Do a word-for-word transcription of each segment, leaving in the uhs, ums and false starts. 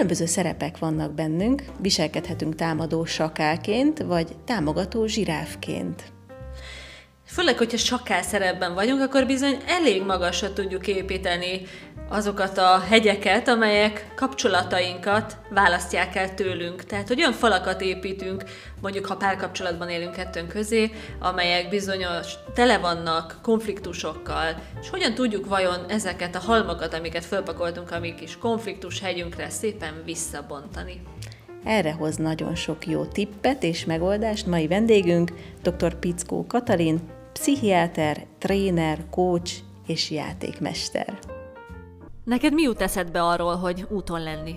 Különböző szerepek vannak bennünk, viselkedhetünk támadó sakálként, vagy támogató zsiráfként. Főleg, hogyha sakál szerepben vagyunk, akkor bizony elég magasra tudjuk építeni azokat a hegyeket, amelyek kapcsolatainkat választják el tőlünk. Tehát, hogy olyan falakat építünk, mondjuk ha párkapcsolatban élünk kettőnk közé, amelyek bizonyos tele vannak konfliktusokkal, és hogyan tudjuk vajon ezeket a halmokat, amiket fölpakoltunk a mi kis konfliktus hegyünkre szépen visszabontani. Erre hoz nagyon sok jó tippet és megoldást mai vendégünk, dr. Pickó Katalin, pszichiáter, tréner, coach és játékmester. Neked mi jut eszedbe arról, hogy úton lenni?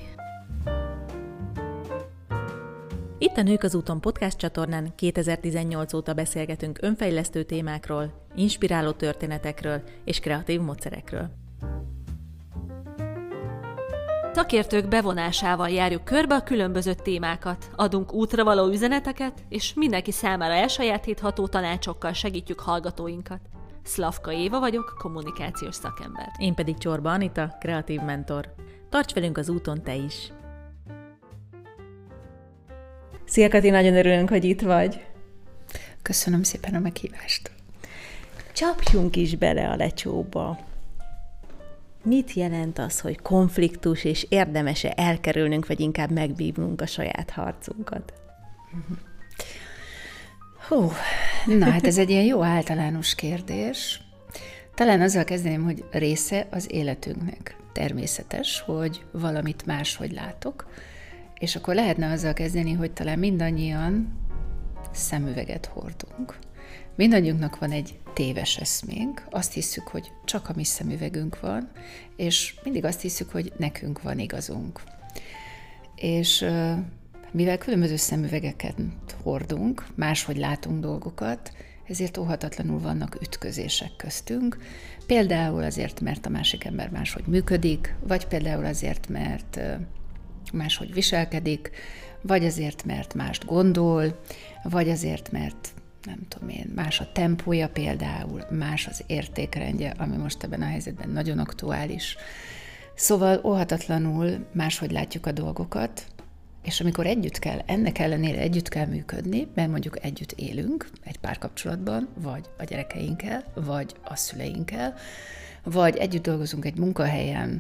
Itt a Nők az úton podcast csatornán kétezer-tizennyolc óta beszélgetünk önfejlesztő témákról, inspiráló történetekről és kreatív módszerekről. Szakértők bevonásával járjuk körbe a különböző témákat, adunk útra való üzeneteket, és mindenki számára elsajátítható tanácsokkal segítjük hallgatóinkat. Szlavka Éva vagyok, kommunikációs szakember. Én pedig Csorba Anita, kreatív mentor. Tarts velünk az úton te is! Szia Kati, nagyon örülünk, hogy itt vagy. Köszönöm szépen a meghívást. Csapjunk is bele a lecsóba. Mit jelent az, hogy konfliktus, és érdemes-e elkerülnünk, vagy inkább megbívnunk a saját harcunkat? Hú, na hát ez egy ilyen jó általános kérdés. Talán azzal kezdeném, hogy része az életünknek. Természetes, hogy valamit máshogy látok, és akkor lehetne azzal kezdeni, hogy talán mindannyian szemüveget hordunk. Mindannyiunknak van egy téves eszménk, azt hiszük, hogy csak a mi szemüvegünk van, és mindig azt hiszük, hogy nekünk van igazunk. És mivel különböző szemüvegeket hordunk, máshogy látunk dolgokat, ezért óhatatlanul vannak ütközések köztünk. Például azért, mert a másik ember máshogy működik, vagy például azért, mert máshogy viselkedik, vagy azért, mert mást gondol, vagy azért, mert nem tudom én, más a tempója például, más az értékrendje, ami most ebben a helyzetben nagyon aktuális. Szóval óhatatlanul máshogy látjuk a dolgokat, és amikor együtt kell, ennek ellenére együtt kell működni, mert mondjuk együtt élünk egy párkapcsolatban, vagy a gyerekeinkkel, vagy a szüleinkkel, vagy együtt dolgozunk egy munkahelyen,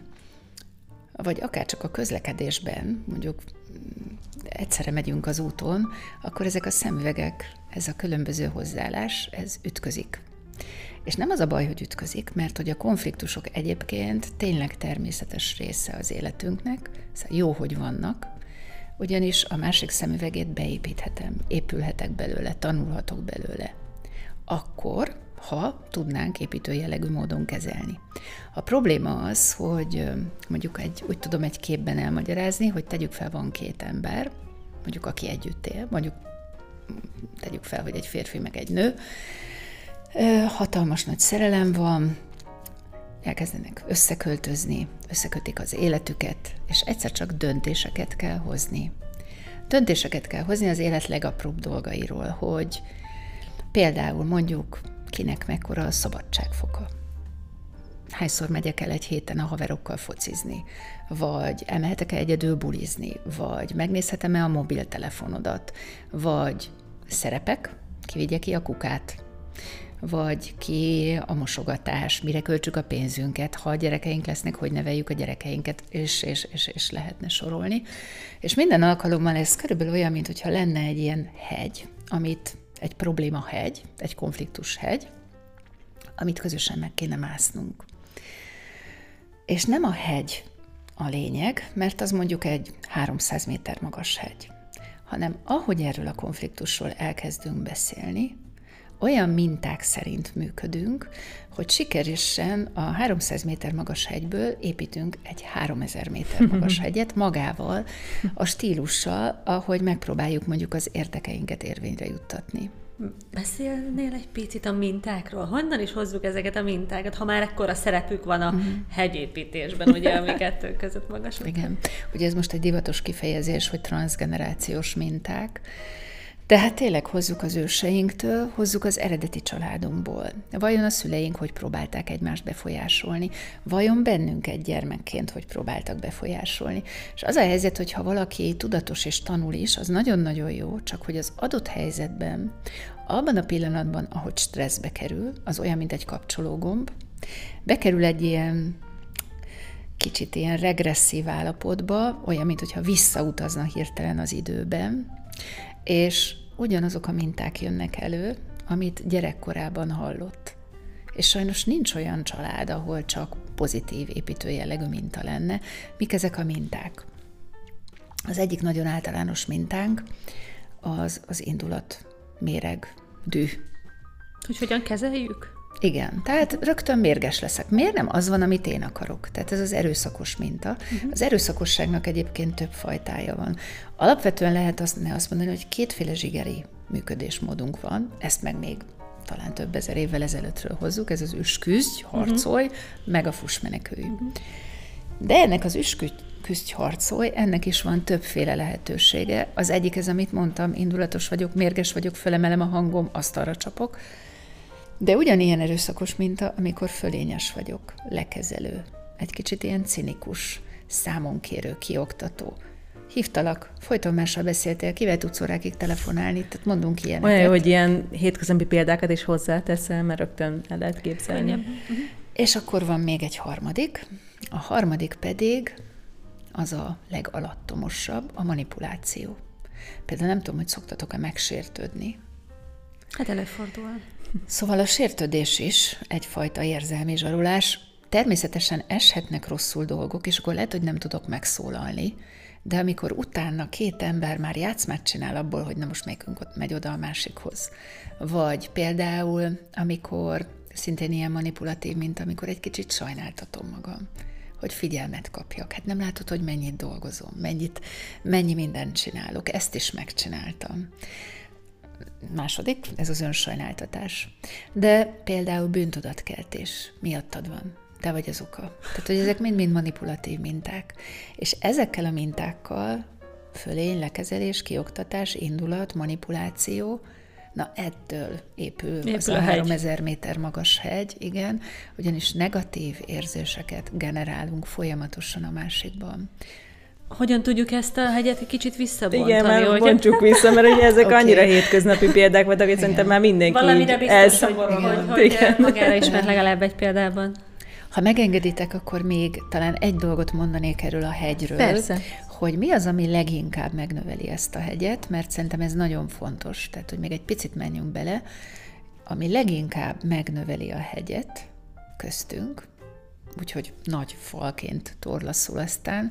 vagy akár csak a közlekedésben, mondjuk egyszerre megyünk az úton, akkor ezek a szemüvegek, ez a különböző hozzáállás, ez ütközik. És nem az a baj, hogy ütközik, mert hogy a konfliktusok egyébként tényleg természetes része az életünknek, szóval jó, hogy vannak, ugyanis a másik szemüvegét beépíthetem, épülhetek belőle, tanulhatok belőle. Akkor, ha tudnánk építő jellegű módon kezelni. A probléma az, hogy mondjuk egy, úgy tudom egy képben elmagyarázni, hogy tegyük fel, van két ember, mondjuk aki együtt él, mondjuk tegyük fel, hogy egy férfi meg egy nő, hatalmas nagy szerelem van, elkezdenek összeköltözni, összekötik az életüket, és egyszer csak döntéseket kell hozni. Döntéseket kell hozni az élet legapróbb dolgairól, hogy például mondjuk kinek mekkora a szabadságfoka. Hányszor megyek el egy héten a haverokkal focizni, vagy elmehetek-e egyedül bulizni, vagy megnézhetem-e a mobiltelefonodat, vagy szerepek, kivigye ki a kukát, vagy ki a mosogatás, mire költsük a pénzünket, ha a gyerekeink lesznek, hogy neveljük a gyerekeinket, és, és, és, és lehetne sorolni. És minden alkalommal ez körülbelül olyan, mintha lenne egy ilyen hegy, amit egy probléma hegy, egy konfliktus hegy, amit közösen meg kéne másznunk. És nem a hegy a lényeg, mert az mondjuk egy háromszáz méter magas hegy, hanem ahogy erről a konfliktusról elkezdünk beszélni, olyan minták szerint működünk, hogy sikeresen a háromszáz méter magas hegyből építünk egy háromezer méter magas hegyet magával, a stílussal, ahogy megpróbáljuk mondjuk az érdekeinket érvényre juttatni. Beszélnél egy picit a mintákról? Honnan is hozzuk ezeket a mintákat, ha már ekkora szerepük van a uh-huh. hegyépítésben, ugye, ami kettő között magas? Igen. Ugye ez most egy divatos kifejezés, hogy transzgenerációs minták, De hát tényleg hozzuk az őseinktől, hozzuk az eredeti családunkból. Vajon a szüleink hogy próbálták egymást befolyásolni? Vajon bennünk egy gyermekként hogy próbáltak befolyásolni? És az a helyzet, hogy ha valaki tudatos és tanul is, az nagyon-nagyon jó, csak hogy az adott helyzetben, abban a pillanatban, ahogy stresszbe kerül, az olyan, mint egy kapcsológomb, bekerül egy ilyen kicsit ilyen regresszív állapotba, olyan, mintha visszautazna hirtelen az időben, és ugyanazok a minták jönnek elő, amit gyerekkorában hallott. És sajnos nincs olyan család, ahol csak pozitív építő jellegű minta lenne. Mik ezek a minták? Az egyik nagyon általános mintánk az az indulat, méreg, düh. Hogy hogyan kezeljük? Igen, tehát rögtön mérges leszek. Miért nem az van, amit én akarok? Tehát ez az erőszakos minta. Uh-huh. Az erőszakosságnak egyébként több fajtája van. Alapvetően lehet azt, ne azt mondani, hogy kétféle zsigeri működésmódunk van, ezt meg még talán több ezer évvel ezelőttről hozzuk, ez az üsküzdj, harcolj, uh-huh. meg a fuss, menekülj. Uh-huh. De ennek az üsküzdj, harcolj, ennek is van többféle lehetősége. Az egyik ez, amit mondtam, indulatos vagyok, mérges vagyok, fölemelem a hangom, azt arra csapok. De ugyanilyen erőszakos minta, amikor fölényes vagyok, lekezelő, egy kicsit ilyen cinikus, számonkérő, kioktató. Hívtalak, folyton mással beszéltél, kivel tudsz órákig telefonálni, tehát mondunk ilyeneket. Olyan jó, hogy ilyen hétköznapi példákat is hozzáteszel, mert rögtön el lehet képzelni. Uh-huh. És akkor van még egy harmadik. A harmadik pedig az a legalattomosabb, a manipuláció. Például nem tudom, hogy szoktatok-e megsértődni. Hát előfordul. Szóval a sértődés is egyfajta érzelmi zsarolás. Természetesen eshetnek rosszul dolgok, és akkor lehet, hogy nem tudok megszólalni, de amikor utána két ember már játszmát csinál abból, hogy na most melyikünk ott megy oda a másikhoz. Vagy például, amikor szintén ilyen manipulatív, mint amikor egy kicsit sajnáltatom magam, hogy figyelmet kapjak. Hát nem látod, hogy mennyit dolgozom, mennyit, mennyi mindent csinálok. Ezt is megcsináltam. Második, ez az önsajnáltatás. De például bűntudatkeltés miattad van. Te vagy az oka. Tehát, hogy ezek mind-mind manipulatív minták. És ezekkel a mintákkal fölény, lekezelés, kioktatás, indulat, manipuláció, na ettől épül, épül az a háromezer méter magas hegy, igen, ugyanis negatív érzéseket generálunk folyamatosan a másikban. Hogyan tudjuk ezt a hegyet egy kicsit visszabontani? Igen, már hogy... bontsuk vissza, mert ugye ezek okay. annyira hétköznapi példák voltak, hogy szerintem már mindenki valamire biztos, elszomorul, hogy, hogy, hogy magára ismert legalább egy példában. Ha megengeditek, akkor még talán egy dolgot mondanék erről a hegyről. Persze. Hogy mi az, ami leginkább megnöveli ezt a hegyet, mert szerintem ez nagyon fontos, tehát hogy még egy picit menjünk bele, ami leginkább megnöveli a hegyet köztünk, úgyhogy nagy falként torlaszul aztán,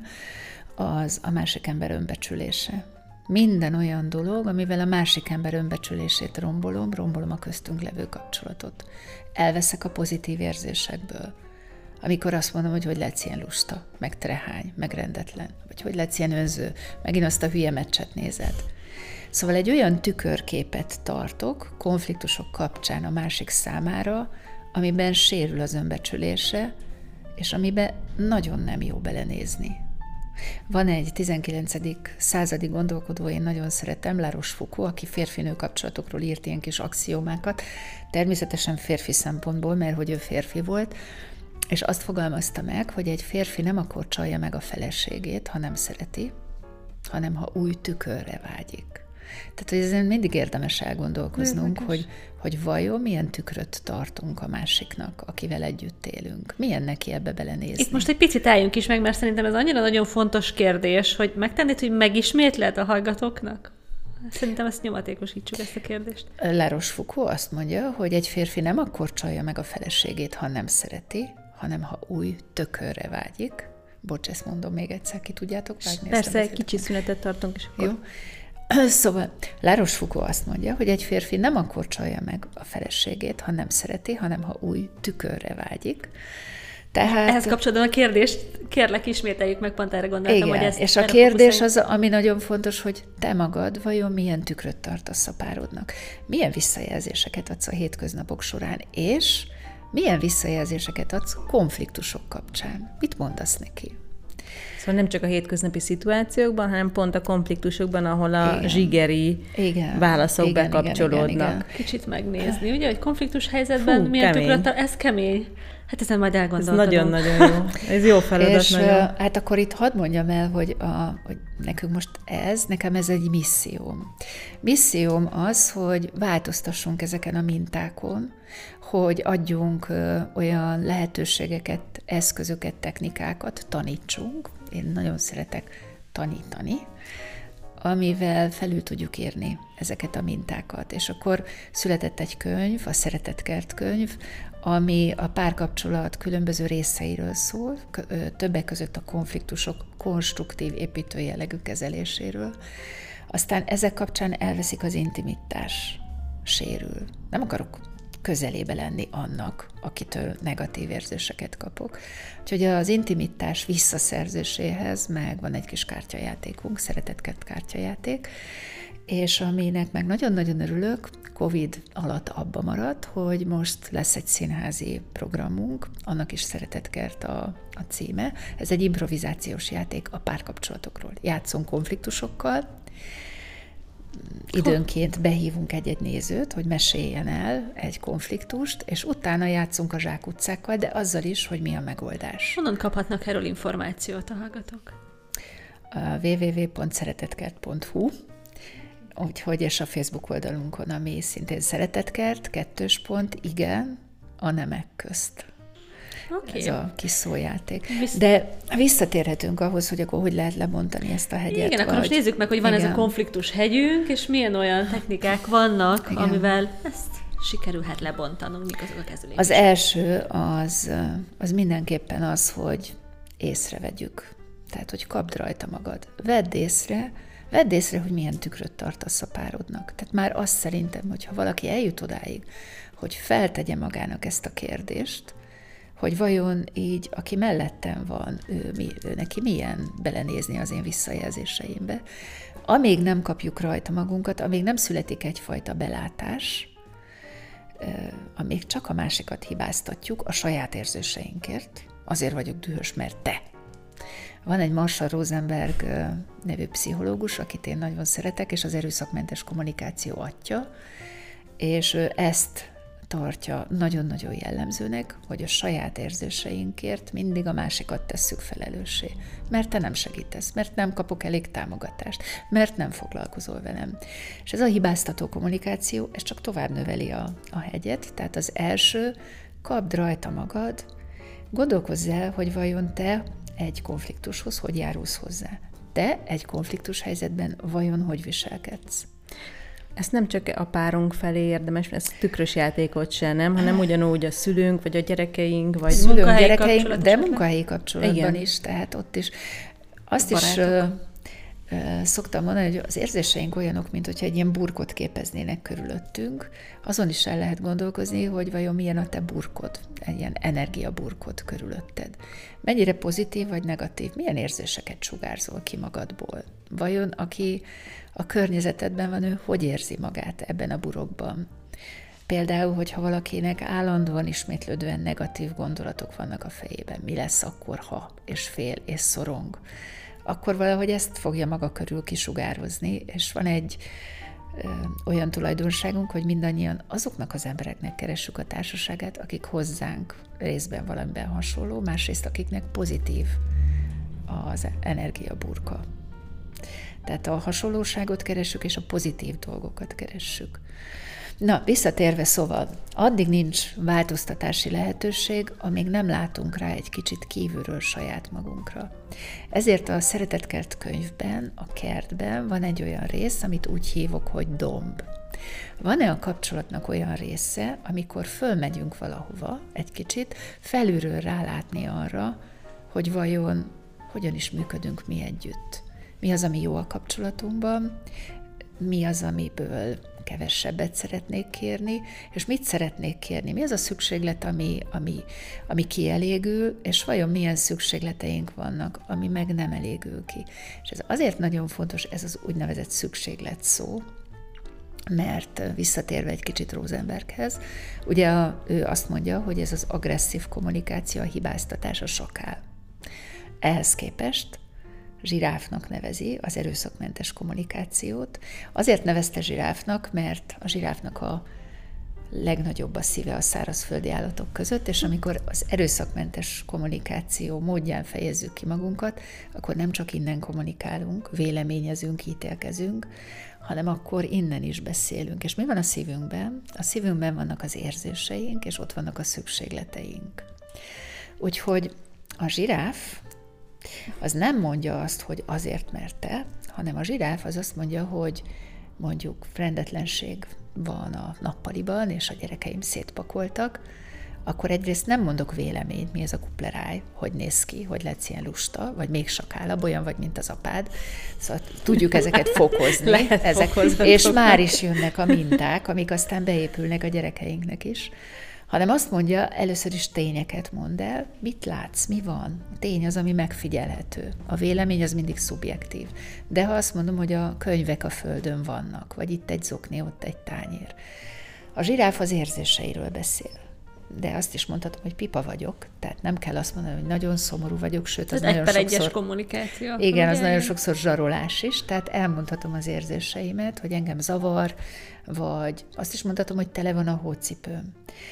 az a másik ember önbecsülése. Minden olyan dolog, amivel a másik ember önbecsülését rombolom, rombolom a köztünk levő kapcsolatot. Elveszek a pozitív érzésekből. Amikor azt mondom, hogy hogy lehetsz ilyen lusta, meg trehány, meg rendetlen, vagy hogy lehetsz ilyen önző, megint azt a hülye meccset nézed. Szóval egy olyan tükörképet tartok konfliktusok kapcsán a másik számára, amiben sérül az önbecsülése, és amiben nagyon nem jó belenézni. Van egy tizenkilencedik századi gondolkodó, én nagyon szeretem, La Rochefoucauld, aki férfi-nő kapcsolatokról írt ilyen kis axiómákat, természetesen férfi szempontból, mert hogy ő férfi volt, és azt fogalmazta meg, hogy egy férfi nem akkor csalja meg a feleségét, ha nem szereti, hanem ha új tükörre vágyik. Tehát, hogy ezen mindig érdemes elgondolkoznunk, hogy, hogy vajon milyen tükröt tartunk a másiknak, akivel együtt élünk. Milyen neki ebbe belenézni? Itt most egy picit álljunk is meg, mert szerintem ez annyira nagyon fontos kérdés, hogy megtennéd, hogy megismétled a hallgatóknak? Szerintem ezt nyomatékosítsuk, ezt a kérdést. La Rochefoucauld azt mondja, hogy egy férfi nem akkor csalja meg a feleségét, ha nem szereti, hanem ha új tükörre vágyik. Bocs, ezt mondom még egyszer, ki tudjátok vágni? Persze, egy kicsi szünetet tartunk, és akkor... Jó. Szóval La Rochefoucauld azt mondja, hogy egy férfi nem akkor csalja meg a feleségét, ha nem szereti, hanem ha új tükörre vágyik. Tehát... Ehhez kapcsolatban a kérdést kérlek ismételjük meg, pont erre gondoltam, igen, hogy ezt... és a kérdés az, ami nagyon fontos, hogy te magad vajon milyen tükröt tartasz a párodnak, milyen visszajelzéseket adsz a hétköznapok során, és milyen visszajelzéseket adsz konfliktusok kapcsán. Mit mondasz neki? Szóval nem csak a hétköznapi szituációkban, hanem pont a konfliktusokban, ahol a igen. zsigeri igen. válaszok igen, bekapcsolódnak. Igen, igen, igen. Kicsit megnézni, ugye, hogy konfliktus helyzetben Fú, milyen tükröt, ez kemény. Hát ezen majd elgondolkodom. Ez nagyon-nagyon jó. Ez jó feladat. És nagyon. Hát akkor itt hadd mondjam el, hogy, a, hogy nekünk most ez, nekem ez egy misszióm. Misszióm az, hogy változtassunk ezeken a mintákon, hogy adjunk ö, olyan lehetőségeket, eszközöket, technikákat, tanítsunk. Én nagyon szeretek tanítani, amivel felül tudjuk írni ezeket a mintákat. És akkor született egy könyv, a Szeretetkert könyv, ami a párkapcsolat különböző részeiről szól, többek között a konfliktusok konstruktív építő jellegű kezeléséről. Aztán ezek kapcsán elveszik az intimitás, sérül. Nem akarok közelébe lenni annak, akitől negatív érzéseket kapok. Úgyhogy az intimitás visszaszerzéséhez meg van egy kis kártyajátékunk, Szeretetkert kártyajáték, és aminek meg nagyon-nagyon örülök, Covid alatt abba maradt, hogy most lesz egy színházi programunk, annak is Szeretetkert a, a címe. Ez egy improvizációs játék a párkapcsolatokról. Játszunk konfliktusokkal, időnként behívunk egy-egy nézőt, hogy meséljen el egy konfliktust, és utána játszunk a zsákutcákkal, de azzal is, hogy mi a megoldás. Honnan kaphatnak erről információt a hallgatók? A double-u double-u double-u pont szeretetkert pont hu, úgyhogy és a Facebook oldalunkon, ami szintén Szeretetkert, kettős pont, igen, a nemek közt. Okay. Ez a kis szójáték. Visz... De visszatérhetünk ahhoz, hogy akkor hogy lehet lebontani ezt a hegyet. Igen, vagy... akkor most nézzük meg, hogy van igen. ez a konfliktus hegyünk, és milyen olyan technikák vannak, igen. amivel ezt sikerülhet lebontanunk, mik azok a kezelések. Az első az, az mindenképpen az, hogy észrevegyük. Tehát, hogy kapd rajta magad. Vedd észre, vedd észre, hogy milyen tükröt tartasz a párodnak. Tehát már azt szerintem, hogyha valaki eljut odáig, hogy feltegye magának ezt a kérdést, hogy vajon így, aki mellettem van, ő, mi, ő neki milyen belenézni az én visszajelzéseimbe. Amíg nem kapjuk rajta magunkat, amíg nem születik egyfajta belátás, amíg csak a másikat hibáztatjuk a saját érzéseinkért, azért vagyok dühös, mert te. Van egy Marshall Rosenberg nevű pszichológus, akit én nagyon szeretek, és az erőszakmentes kommunikáció atya, és ő ezt tartja nagyon-nagyon jellemzőnek, hogy a saját érzéseinkért mindig a másikat tesszük felelőssé. Mert te nem segítesz, mert nem kapok elég támogatást, mert nem foglalkozol velem. És ez a hibáztató kommunikáció, ez csak tovább növeli a, a hegyet. Tehát az első, kapd rajta magad, gondolkozz el, hogy vajon te egy konfliktushoz hogy járulsz hozzá. Te egy konfliktus helyzetben vajon hogy viselkedsz? Ezt nem csak a párunk felé érdemes, ez tükrös játékot se, nem, hanem ugyanúgy a szülőnk, vagy a gyerekeink, vagy szülőnk, gyerekeink, de munkahelyi kapcsolatban igen. is, tehát ott is. Azt is ö, ö, szoktam mondani, hogy az érzéseink olyanok, mint hogyha egy ilyen burkot képeznének körülöttünk, azon is el lehet gondolkozni, hogy vajon milyen a te burkod, egy ilyen energiaburkod körülötted. Mennyire pozitív vagy negatív, milyen érzéseket sugárzol ki magadból. Vajon aki a környezetedben van, ő hogy érzi magát ebben a burokban? Például, hogyha valakinek állandóan ismétlődően negatív gondolatok vannak a fejében, mi lesz akkor, ha, és fél, és szorong, akkor valahogy ezt fogja maga körül kisugározni, és van egy ö, olyan tulajdonságunk, hogy mindannyian azoknak az embereknek keressük a társaságát, akik hozzánk részben valamiben hasonló, másrészt akiknek pozitív az energiaburka. Tehát a hasonlóságot keressük, és a pozitív dolgokat keressük. Na, visszatérve szóval, addig nincs változtatási lehetőség, amíg nem látunk rá egy kicsit kívülről saját magunkra. Ezért a Szeretetkert könyvben, a kertben van egy olyan rész, amit úgy hívok, hogy domb. Van-e a kapcsolatnak olyan része, amikor fölmegyünk valahova egy kicsit, felülről rálátni arra, hogy vajon hogyan is működünk mi együtt. Mi az, ami jó a kapcsolatunkban, mi az, amiből kevesebbet szeretnék kérni, és mit szeretnék kérni, mi az a szükséglet, ami, ami, ami kielégül, és vajon milyen szükségleteink vannak, ami meg nem elégül ki. És ez azért nagyon fontos, ez az úgynevezett szükséglet szó, mert visszatérve egy kicsit Rosenberghez, ugye a, ő azt mondja, hogy ez az agresszív kommunikáció, a hibáztatás, a sakál. ehhez képest zsiráfnak nevezi az erőszakmentes kommunikációt. Azért nevezte zsiráfnak, mert a zsiráfnak a legnagyobb a szíve a szárazföldi állatok között, és amikor az erőszakmentes kommunikáció módján fejezzük ki magunkat, akkor nem csak innen kommunikálunk, véleményezünk, ítélkezünk, hanem akkor innen is beszélünk. És mi van a szívünkben? A szívünkben vannak az érzéseink, és ott vannak a szükségleteink. Úgyhogy a zsiráf az nem mondja azt, hogy azért merte, hanem a zsiráf az azt mondja, hogy mondjuk rendetlenség van a nappaliban, és a gyerekeim szétpakoltak, akkor egyrészt nem mondok véleményt, mi ez a kupleráj, hogy néz ki, hogy letsz ilyen lusta, vagy még sakálabb, olyan vagy, mint az apád. Szóval tudjuk ezeket fokozni, ezek, és már is jönnek a minták, amik aztán beépülnek a gyerekeinknek is. Hanem azt mondja, először is tényeket mond el, mit látsz, mi van. A tény az, ami megfigyelhető. A vélemény az mindig szubjektív. De ha azt mondom, hogy a könyvek a földön vannak, vagy itt egy zokni, ott egy tányér. A zsiráf az érzéseiről beszél. De azt is mondhatom, hogy pipa vagyok, tehát nem kell azt mondani, hogy nagyon szomorú vagyok, sőt, az tehát nagyon egy per sokszor... egyes kommunikáció. Igen, az ugye? nagyon sokszor zsarolás is, tehát elmondhatom az érzéseimet, hogy engem zavar, vagy azt is mondhatom, hogy tele van a hócipőm.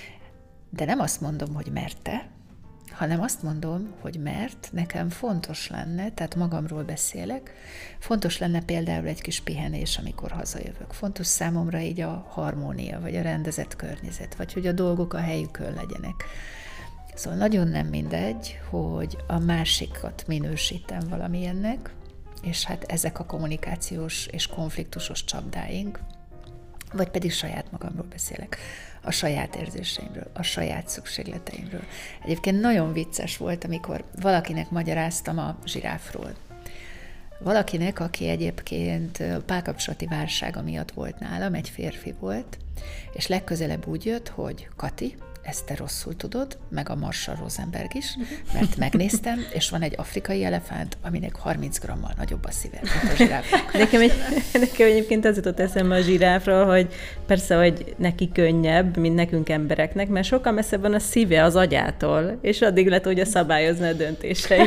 De nem azt mondom, hogy merte, hanem azt mondom, hogy mert nekem fontos lenne, tehát magamról beszélek, fontos lenne például egy kis pihenés, amikor hazajövök. Fontos számomra így a harmónia, vagy a rendezett környezet, vagy hogy a dolgok a helyükön legyenek. Szóval nagyon nem mindegy, hogy a másikat minősítem valamilyennek, és hát ezek a kommunikációs és konfliktusos csapdáink, vagy pedig saját magamról beszélek, a saját érzéseimről, a saját szükségleteimről. Egyébként nagyon vicces volt, amikor valakinek magyaráztam a zsiráfról. Valakinek, aki egyébként párkapcsolati válsága miatt volt nálam, egy férfi volt, és legközelebb úgy jött, hogy Kati, ezt te rosszul tudod, meg a Marshall Rosenberg is, mert megnéztem, és van egy afrikai elefánt, aminek harminc grammal nagyobb a szíve, mint a zsiráfnak. Nekem, egy, nekem egyébként az jutott eszembe a zsiráfról, hogy persze, hogy neki könnyebb, mint nekünk embereknek, mert sokkal messzebb van a szíve az agyától, és addig le tudja szabályozni a döntéseit.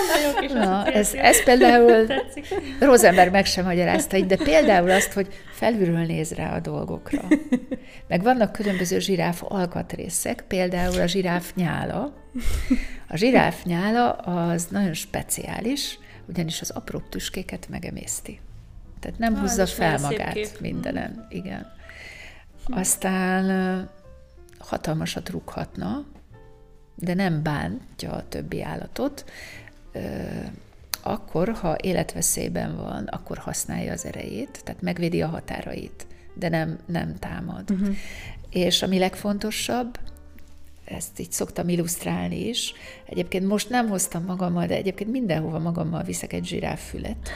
Na, ez, ez például Rosenberg meg sem magyarázta így, de például azt, hogy felülről néz rá a dolgokra. Meg vannak különböző zsiráf alkatrészek, például a zsiráf nyála. A zsiráf nyála az nagyon speciális, ugyanis az apró tüskéket megemészti. Tehát nem ah, húzza fel magát mindenen. Igen. Aztán hatalmasat rúghatna, de nem bántja a többi állatot. Akkor, ha életveszélyben van, akkor használja az erejét, tehát megvédi a határait, de nem, nem támad. Uh-huh. És ami legfontosabb, ezt így szoktam illusztrálni is, egyébként most nem hoztam magammal, de egyébként mindenhova magammal viszek egy zsiráffület.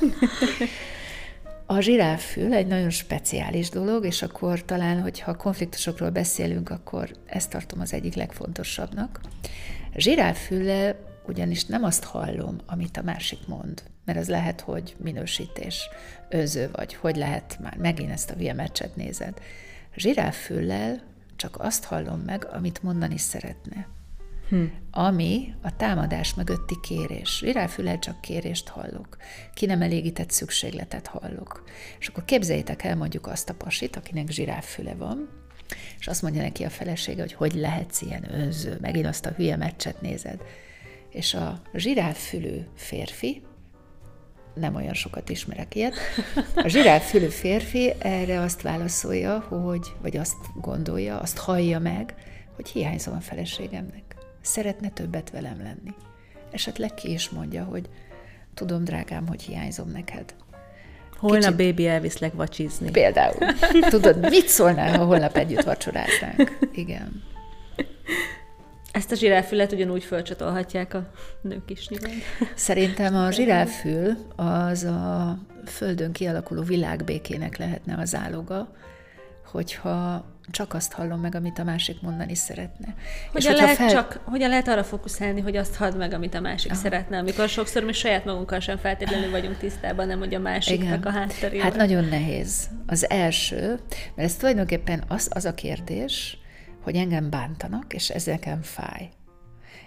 A zsiráffül egy nagyon speciális dolog, és akkor talán, hogyha konfliktusokról beszélünk, akkor ezt tartom az egyik legfontosabbnak. Zsiráffüllel ugyanis nem azt hallom, amit a másik mond, mert az lehet, hogy minősítés, önző vagy, hogy lehet már megint ezt a hülye meccset nézed. Zsiráffüllel csak azt hallom meg, amit mondani szeretne. Hm. Ami a támadás mögötti kérés. Zsiráffüllel csak kérést hallok. Ki nem elégített szükségletet hallok. És akkor képzeljétek el mondjuk azt a pasit, akinek zsiráffüle van, és azt mondja neki a felesége, hogy hogy lehetsz ilyen önző, megint azt a hülye meccset nézed. És a zsiráffülű férfi, nem olyan sokat ismerek ilyet, a zsiráffülű férfi erre azt válaszolja, hogy, vagy azt gondolja, azt hallja meg, hogy hiányzom a feleségemnek. Szeretne többet velem lenni. Esetleg ki is mondja, hogy tudom, drágám, hogy hiányzom neked. Holnap, Kicsit... baby, elviszlek vacsizni. Például. Tudod, mit szólnál, ha holnap együtt vacsoráznánk? Igen. Ezt a zsiráffület ugyanúgy fölcsatolhatják a nők is nyilván. Szerintem a zsiráffül az a földön kialakuló világbékének lehetne a záloga, hogyha csak azt hallom meg, amit a másik mondani szeretne. Hogyan, lehet, fel... csak, hogyan lehet arra fókuszálni, hogy azt hadd meg, amit a másik Aha. szeretne, amikor sokszor mi saját magunkkal sem feltétlenül vagyunk tisztában, nem hogy a másiknak Igen. a hátterével. Hát nagyon nehéz. Az első, mert ez tulajdonképpen az, az a kérdés, hogy engem bántanak, és ez nekem fáj.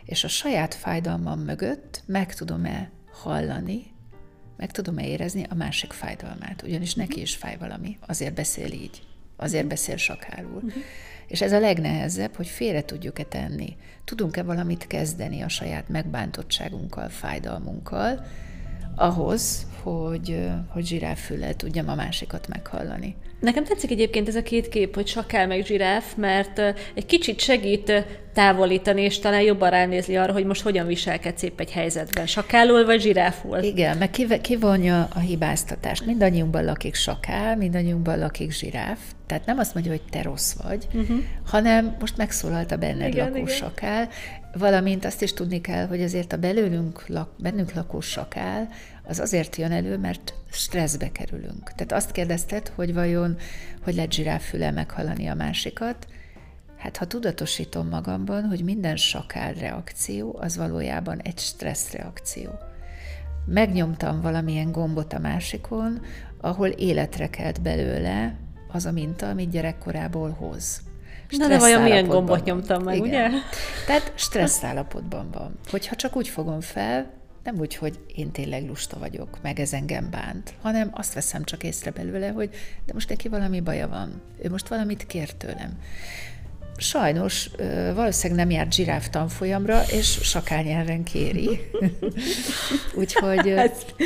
és a saját fájdalmam mögött meg tudom-e hallani, meg tudom-e érezni a másik fájdalmát, ugyanis neki is fáj valami, azért beszél így, azért beszél sakálul. Uh-huh. És ez a legnehezebb, hogy félre tudjuk-e tenni. Tudunk-e valamit kezdeni a saját megbántottságunkkal, fájdalmunkkal, ahhoz, hogy, hogy zsiráffüllel tudjam a másikat meghallani. Nekem tetszik egyébként ez a két kép, hogy sakál meg zsiráf, mert egy kicsit segít távolítani, és talán jobban ránézni arra, hogy most hogyan viselkedsz épp egy helyzetben. Sakálul vagy zsiráful? Igen, meg kivonja a hibáztatást. Mindannyiunkban lakik sakál, mindannyiunkban lakik zsiráf. Tehát nem azt mondja, hogy te rossz vagy, uh-huh. hanem most megszólalt a benned igen, lakó igen. sakál, valamint azt is tudni kell, hogy azért a belőlünk, bennünk lakó sakál, az azért jön elő, mert stresszbe kerülünk. Tehát azt kérdezted, hogy vajon, hogy lehet zsiráffüllel meghallani a másikat. Hát ha tudatosítom magamban, hogy minden sakál reakció, az valójában egy stressz reakció. Megnyomtam valamilyen gombot a másikon, ahol életre kelt belőle az a minta, amit gyerekkorából hoz. Na de vajon milyen gombot nyomtam meg, igen. ugye? Tehát stressz állapotban van. Hogyha csak úgy fogom fel, nem úgy, hogy én tényleg lusta vagyok, meg ez engem bánt, hanem azt veszem csak észre belőle, hogy de most neki valami baja van. Ő most valamit kér tőlem. Sajnos valószínűleg nem járt zsiráf tanfolyamra, és sakálnyelven kéri. Úgyhogy...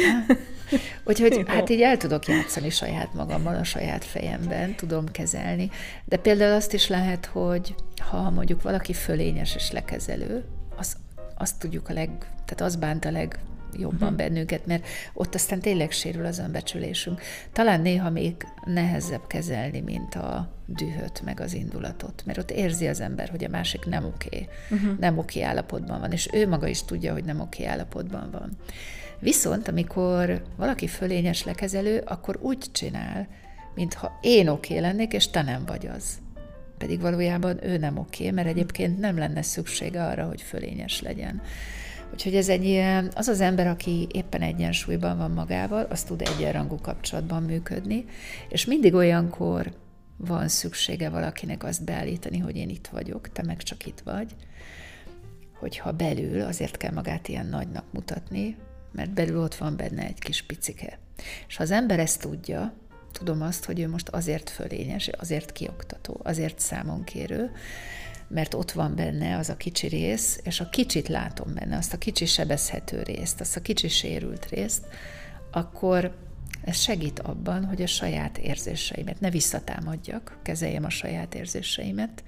Úgyhogy hát így el tudok játszani saját magammal, a saját fejemben, tudom kezelni. De például azt is lehet, hogy ha mondjuk valaki fölényes és lekezelő, az, azt tudjuk a leg... Tehát az bánt a legjobban uh-huh. bennünket, mert ott aztán tényleg sérül az önbecsülésünk. Talán néha még nehezebb kezelni, mint a dühöt, meg az indulatot, mert ott érzi az ember, hogy a másik nem oké, uh-huh. nem oké állapotban van, és ő maga is tudja, hogy nem oké állapotban van. Viszont, amikor valaki fölényes lekezelő, akkor úgy csinál, mintha én oké lennék, és te nem vagy az. Pedig valójában ő nem oké, mert egyébként nem lenne szüksége arra, hogy fölényes legyen. Úgyhogy ez egy ilyen, az az ember, aki éppen egyensúlyban van magával, az tud egyenrangú kapcsolatban működni, és mindig olyankor van szüksége valakinek azt beállítani, hogy én itt vagyok, te meg csak itt vagy, hogyha belül azért kell magát ilyen nagynak mutatni, mert belül ott van benne egy kis picike. És ha az ember ezt tudja, tudom azt, hogy ő most azért fölényes, azért kioktató, azért számonkérő, mert ott van benne az a kicsi rész, és a kicsit látom benne, azt a kicsi sebezhető részt, azt a kicsi sérült részt, akkor ez segít abban, hogy a saját érzéseimet ne visszatámadjak, kezeljem a saját érzéseimet,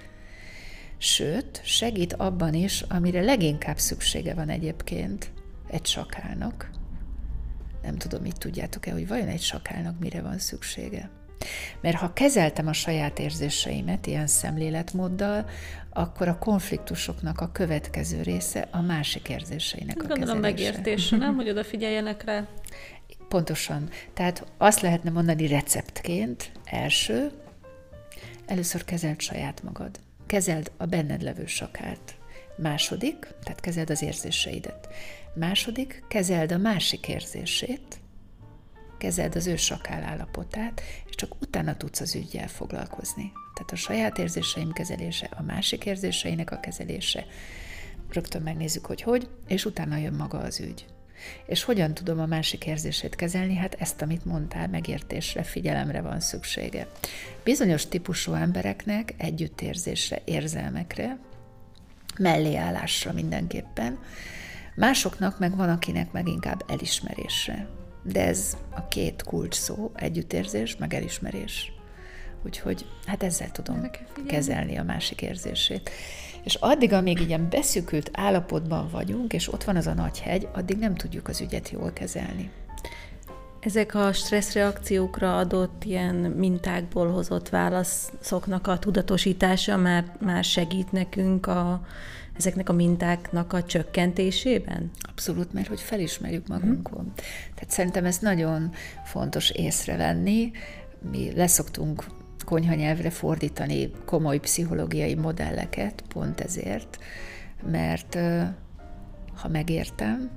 sőt, segít abban is, amire leginkább szüksége van egyébként egy sakálnak. Nem tudom, mit tudjátok-e, hogy vajon egy sakálnak mire van szüksége. Mert ha kezeltem a saját érzéseimet ilyen szemléletmóddal, akkor a konfliktusoknak a következő része a másik érzéseinek a kezelése. Gondolom megértése, nem? Hogy odafigyeljenek rá. Pontosan. Tehát azt lehetne mondani receptként, első, először kezeld saját magad. Kezeld a benned levő sakált. Második, tehát kezeld az érzéseidet. Második, kezeld a másik érzését, kezeld az ő sakál állapotát, és csak utána tudsz az üggyel foglalkozni. Tehát a saját érzéseim kezelése, a másik érzéseinek a kezelése. Rögtön megnézzük, hogy hogy, és utána jön maga az ügy. És hogyan tudom a másik érzését kezelni? Hát ezt, amit mondtál, megértésre, figyelemre van szüksége. Bizonyos típusú embereknek együttérzésre, érzelmekre, melléállásra mindenképpen, másoknak meg van, akinek meg inkább elismerésre. De ez a két kulcs szó, együttérzés, meg elismerés. Úgyhogy hát ezzel tudom kezelni a másik érzését. És addig, amíg ilyen beszűkült állapotban vagyunk, és ott van az a nagy hegy, addig nem tudjuk az ügyet jól kezelni. Ezek a stresszreakciókra adott ilyen mintákból hozott válaszoknak a tudatosítása már, már segít nekünk a, ezeknek a mintáknak a csökkentésében? Abszolút, mert hogy felismerjük magunkon. Mm. Tehát szerintem ez nagyon fontos észrevenni. Mi leszoktunk konyhanyelvre fordítani komoly pszichológiai modelleket, pont ezért, mert ha megértem,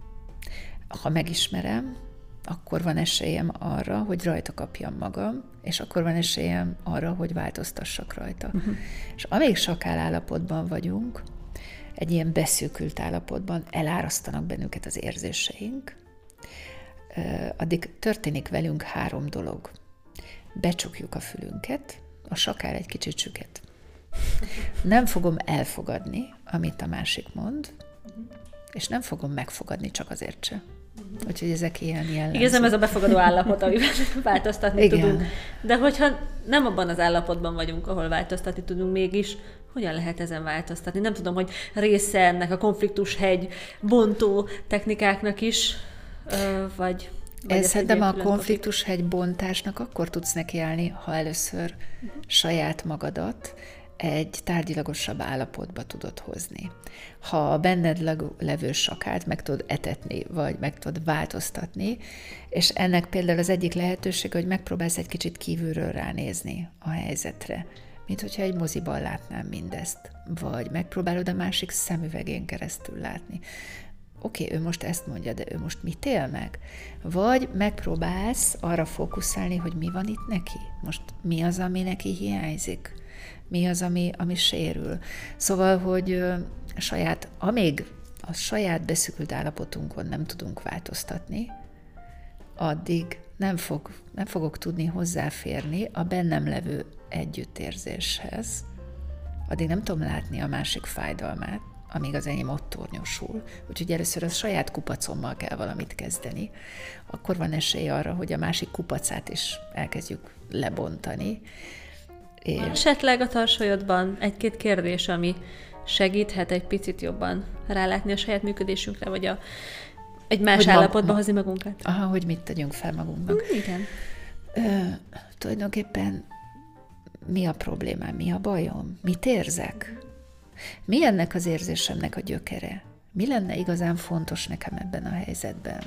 ha megismerem, akkor van esélyem arra, hogy rajta kapjam magam, és akkor van esélyem arra, hogy változtassak rajta. Uh-huh. És amíg sakál állapotban vagyunk, egy ilyen beszűkült állapotban elárasztanak bennünket az érzéseink, addig történik velünk három dolog. Becsukjuk a fülünket, a sakár egy kicsit süket. Nem fogom elfogadni, amit a másik mond, és nem fogom megfogadni csak azért se. Úgyhogy ezek ilyen jellemzők. Igazán ez a befogadó állapot, amivel változtatni Igen. tudunk. De hogyha nem abban az állapotban vagyunk, ahol változtatni tudunk mégis, hogyan lehet ezen változtatni? Nem tudom, hogy része ennek a konfliktushegy bontó technikáknak is, vagy... Én szerintem a konfliktushegy bontásnak akkor tudsz nekiállni, ha először uh-huh. saját magadat egy tárgyilagosabb állapotba tudod hozni. Ha a benned levő sakárt meg tudod etetni, vagy meg tudod változtatni, és ennek például az egyik lehetőség, hogy megpróbálsz egy kicsit kívülről ránézni a helyzetre, mint hogyha egy moziban látnám mindezt, vagy megpróbálod a másik szemüvegén keresztül látni. Oké, okay, ő most ezt mondja, de ő most mit él meg? Vagy megpróbálsz arra fókuszálni, hogy mi van itt neki? Most mi az, ami neki hiányzik? Mi az, ami, ami sérül? Szóval, hogy a saját, amíg a saját beszűkült állapotunkon nem tudunk változtatni, addig nem, fog, nem fogok tudni hozzáférni a bennem levő együttérzéshez, addig nem tudom látni a másik fájdalmát, amíg az enyém ott tornyosul. Úgyhogy először a saját kupacommal kell valamit kezdeni. Akkor van esély arra, hogy a másik kupacát is elkezdjük lebontani. És... Esetleg a tarsolyodban egy-két kérdés, ami segíthet egy picit jobban rálátni a saját működésünkre, vagy a, egy más hogy állapotba ma... hozni magunkat. Aha, hogy mit tegyünk fel magunknak. Mm, igen. Ö, tulajdonképpen mi a problémám, mi a bajom, mit érzek? Mi ennek az érzésemnek a gyökere? Mi lenne igazán fontos nekem ebben a helyzetben?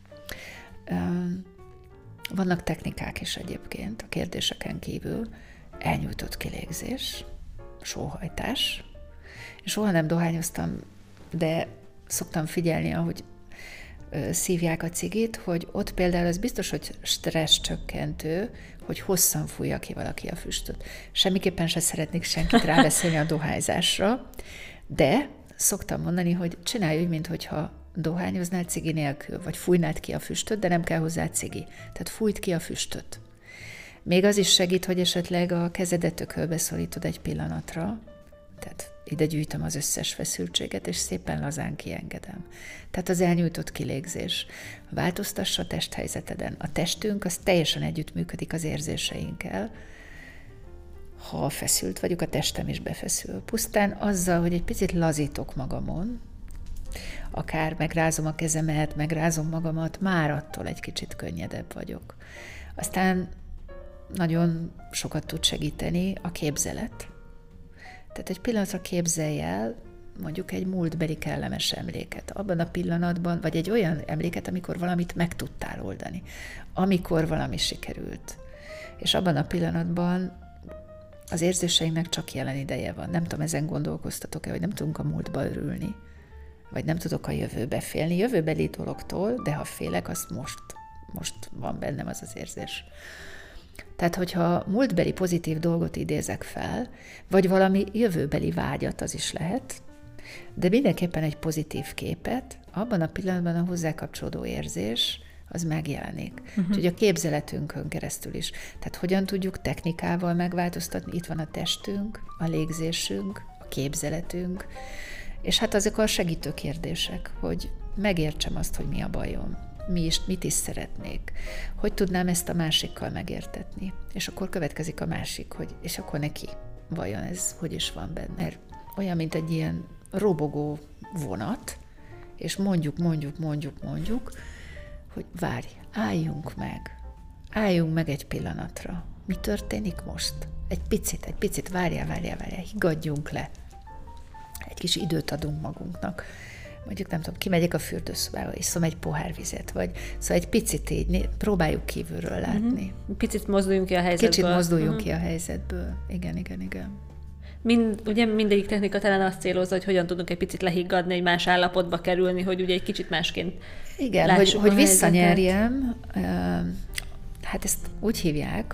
Vannak technikák is egyébként a kérdéseken kívül. Elnyújtott kilégzés, sóhajtás. Soha nem dohányoztam, de szoktam figyelni, ahogy szívják a cigit, hogy ott például az biztos, hogy stressz csökkentő, hogy hosszan fújja ki valaki a füstöt. Semmiképpen se szeretnék senkit rábeszélni a dohányzásra, de szoktam mondani, hogy csinálj úgy, mintha dohányoznál cigi nélkül, vagy fújnád ki a füstöt, de nem kell hozzá cigi. Tehát fújt ki a füstöt. Még az is segít, hogy esetleg a kezedet ökölbe szorítod egy pillanatra, tehát ide gyűjtöm az összes feszültséget, és szépen lazán kiengedem. Tehát az elnyújtott kilégzés. Változtassa a testhelyzeteden. A testünk az teljesen együttműködik az érzéseinkkel. Ha feszült vagyok, a testem is befeszül. Pusztán azzal, hogy egy picit lazítok magamon, akár megrázom a kezemet, megrázom magamat, már attól egy kicsit könnyedebb vagyok. Aztán nagyon sokat tud segíteni a képzelet. Tehát egy pillanatra képzelj el mondjuk egy múltbeli kellemes emléket. Abban a pillanatban, vagy egy olyan emléket, amikor valamit meg tudtál oldani. Amikor valami sikerült. És abban a pillanatban az érzéseinknek csak jelen ideje van. Nem tudom, ezen gondolkoztatok-e, hogy nem tudunk a múltba örülni. Vagy nem tudok a jövőbe félni. Jövőbeli dologtól, de ha félek, az most, most van bennem az az érzés. Tehát, hogyha múltbeli pozitív dolgot idézek fel, vagy valami jövőbeli vágyat, az is lehet, de mindenképpen egy pozitív képet, abban a pillanatban a hozzá kapcsolódó érzés, az megjelenik. Uh-huh. Úgyhogy a képzeletünkön keresztül is. Tehát hogyan tudjuk technikával megváltoztatni? Itt van a testünk, a légzésünk, a képzeletünk, és hát azok a segítő kérdések, hogy megértsem azt, hogy mi a bajom. Mi is, mit is szeretnék, hogy tudnám ezt a másikkal megértetni. És akkor következik a másik, hogy és akkor neki vajon ez hogy is van benne. Mert olyan, mint egy ilyen robogó vonat, és mondjuk, mondjuk, mondjuk, mondjuk, hogy várj, álljunk meg, álljunk meg egy pillanatra. Mi történik most? Egy picit, egy picit, várjál, várjál, várjál, higgadjunk le. Egy kis időt adunk magunknak. Mondjuk nem tudom, kimegyek a fürdőszobába, iszom egy pohár vizet, vagy szóval egy picit így próbáljuk kívülről látni. Uh-huh. Picit mozduljunk ki a helyzetből. Kicsit mozduljunk uh-huh. ki a helyzetből. Igen, igen, igen. Mind, ugye mindegyik technika talán azt célozza, hogy hogyan tudunk egy picit lehiggadni, egy más állapotba kerülni, hogy ugye egy kicsit másként igen, hogy, hogy visszanyerjem, hát ezt úgy hívják,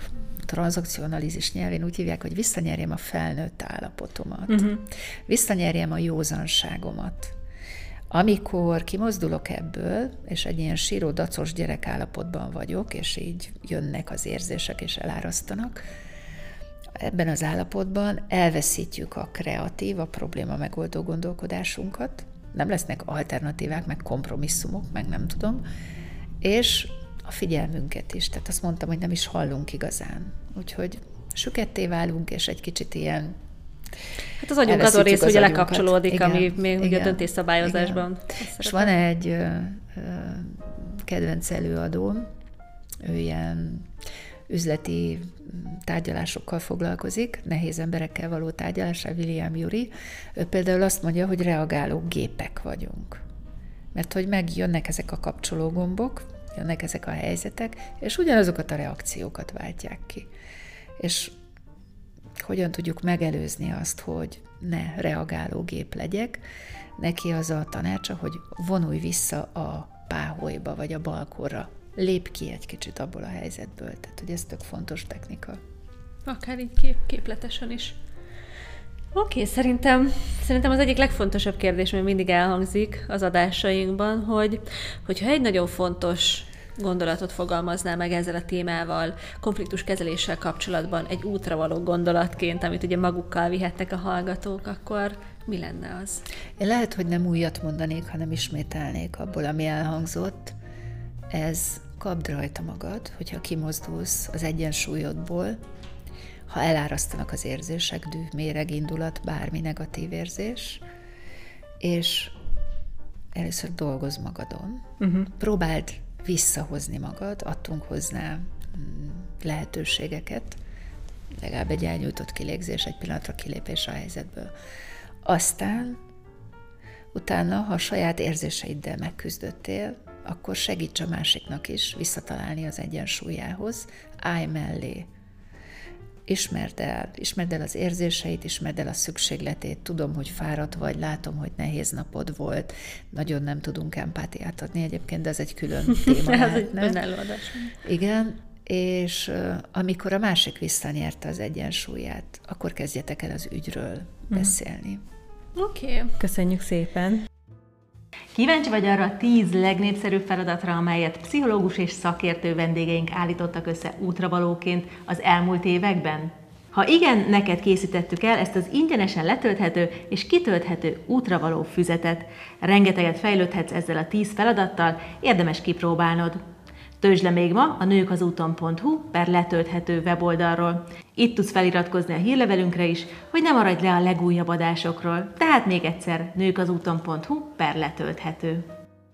tranzakcionalizis nyelvén úgy hívják, hogy visszanyerjem a felnőtt állapotomat, uh-huh. visszanyerjem a józanságomat. Amikor kimozdulok ebből, és egy ilyen síró, dacos gyerek állapotban vagyok, és így jönnek az érzések, és elárasztanak, ebben az állapotban elveszítjük a kreatív, a probléma megoldó gondolkodásunkat, nem lesznek alternatívák, meg kompromisszumok, meg nem tudom, és a figyelmünket is. Tehát azt mondtam, hogy nem is hallunk igazán. Úgyhogy süketté válunk, és egy kicsit ilyen hát az agyunk azon rész ugye lekapcsolódik, igen, ami még igen, a döntésszabályozásban. És van egy ö, ö, kedvenc előadóm, ő ilyen üzleti tárgyalásokkal foglalkozik, nehéz emberekkel való tárgyalásra, William Ury. Ő például azt mondja, hogy reagáló gépek vagyunk. Mert hogy megjönnek ezek a kapcsológombok, jönnek ezek a helyzetek, és ugyanazokat a reakciókat váltják ki. És hogyan tudjuk megelőzni azt, hogy ne reagáló gép legyek, neki az a tanácsa, hogy vonulj vissza a páholyba, vagy a balkorra. Lép ki egy kicsit abból a helyzetből. Tehát, hogy ez tök fontos technika. Akár így kép, képletesen is. Oké, okay, szerintem, szerintem az egyik legfontosabb kérdés, ami mindig elhangzik az adásainkban, hogy hogyha egy nagyon fontos gondolatot fogalmaznál meg ezzel a témával, konfliktuskezeléssel kapcsolatban egy útra való gondolatként, amit ugye magukkal vihetnek a hallgatók, akkor mi lenne az? Én lehet, hogy nem újat mondanék, hanem ismételnék abból, ami elhangzott. Ez kapd rajta magad, hogyha kimozdulsz az egyensúlyodból, ha elárasztanak az érzések, düh, méreg, indulat, bármi negatív érzés, és először dolgozz magadon. Uh-huh. Próbáld visszahozni magad, adtunk hozzá lehetőségeket, legalább egy elnyújtott kilégzés, egy pillanatra kilépés a helyzetből. Aztán utána, ha a saját érzéseiddel megküzdöttél, akkor segíts a másiknak is visszatalálni az egyensúlyához, állj mellé. Ismerd el, ismerd el az érzéseit, ismerd el a szükségletét, tudom, hogy fáradt vagy, látom, hogy nehéz napod volt, nagyon nem tudunk empátiát adni egyébként, de ez egy külön téma lehetne. Ez egy önállóadás. Igen, és uh, amikor a másik visszanyerte az egyensúlyát, akkor kezdjetek el az ügyről mm. beszélni. Oké. Okay. Köszönjük szépen! Kíváncsi vagy arra a tíz legnépszerűbb feladatra, amelyet pszichológus és szakértő vendégeink állítottak össze útravalóként az elmúlt években? Ha igen, neked készítettük el ezt az ingyenesen letölthető és kitölthető útravaló füzetet. Rengeteget fejlődhetsz ezzel a tíz feladattal, érdemes kipróbálnod. Töltsd le még ma a nőkazúton pont hu per letölthető weboldalról. Itt tudsz feliratkozni a hírlevelünkre is, hogy ne maradj le a legújabb adásokról. Tehát még egyszer nőkazúton pont hu per letölthető.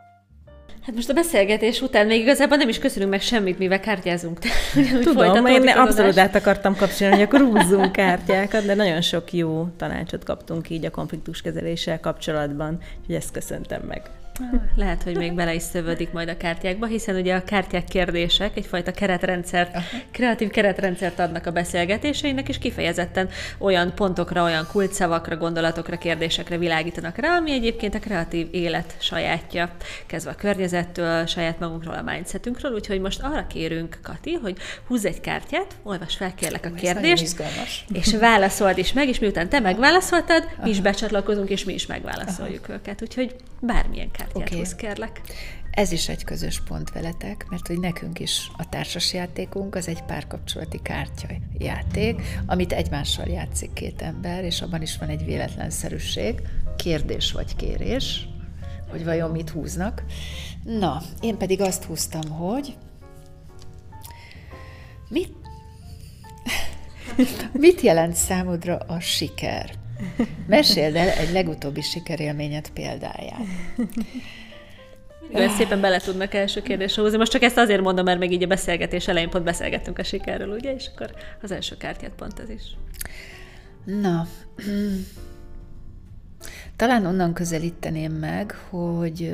Hát most a beszélgetés után még igazából nem is köszönünk meg semmit, mivel kártyázunk. Tudom, én abszolút át akartam kapcsolni, hogy akkor húzzunk kártyákat, de nagyon sok jó tanácsot kaptunk így a konfliktuskezeléssel kapcsolatban, úgyhogy ezt köszöntem meg. Lehet, hogy még bele is szövődik majd a kártyákba, hiszen ugye a kártyák kérdések egyfajta keretrendszert, Aha. kreatív keretrendszert adnak a beszélgetéseinek, és kifejezetten olyan pontokra, olyan kulcsszavakra, gondolatokra, kérdésekre világítanak rá, ami egyébként a kreatív élet sajátja, kezdve a környezettől, saját magunkról, a mindsetünkről, úgyhogy most arra kérünk, Kati, hogy húzz egy kártyát, olvasd fel kérlek a kérdést, és válaszold is meg, és miután te megválaszoltad, Aha. mi is becsatlakozunk, és mi is megválaszoljuk Aha. őket, úgyhogy bármilyen kártyát okay. húzz, kérlek. Ez is egy közös pont veletek, mert hogy nekünk is a társasjátékunk az egy párkapcsolati kártyajáték, amit egymással játszik két ember, és abban is van egy véletlenszerűség, kérdés vagy kérés, hogy vajon mit húznak. Na, én pedig azt húztam, hogy mit, mit jelent számodra a siker? Meséld el egy legutóbbi sikerélményed példáját. Olyan szépen bele tudnak első kérdésre húzni. Most csak ezt azért mondom, mert még így a beszélgetés elején pont beszélgettünk a sikerről, ugye? És akkor az első kártyát pont ez is. Na, talán onnan közelíteném meg, hogy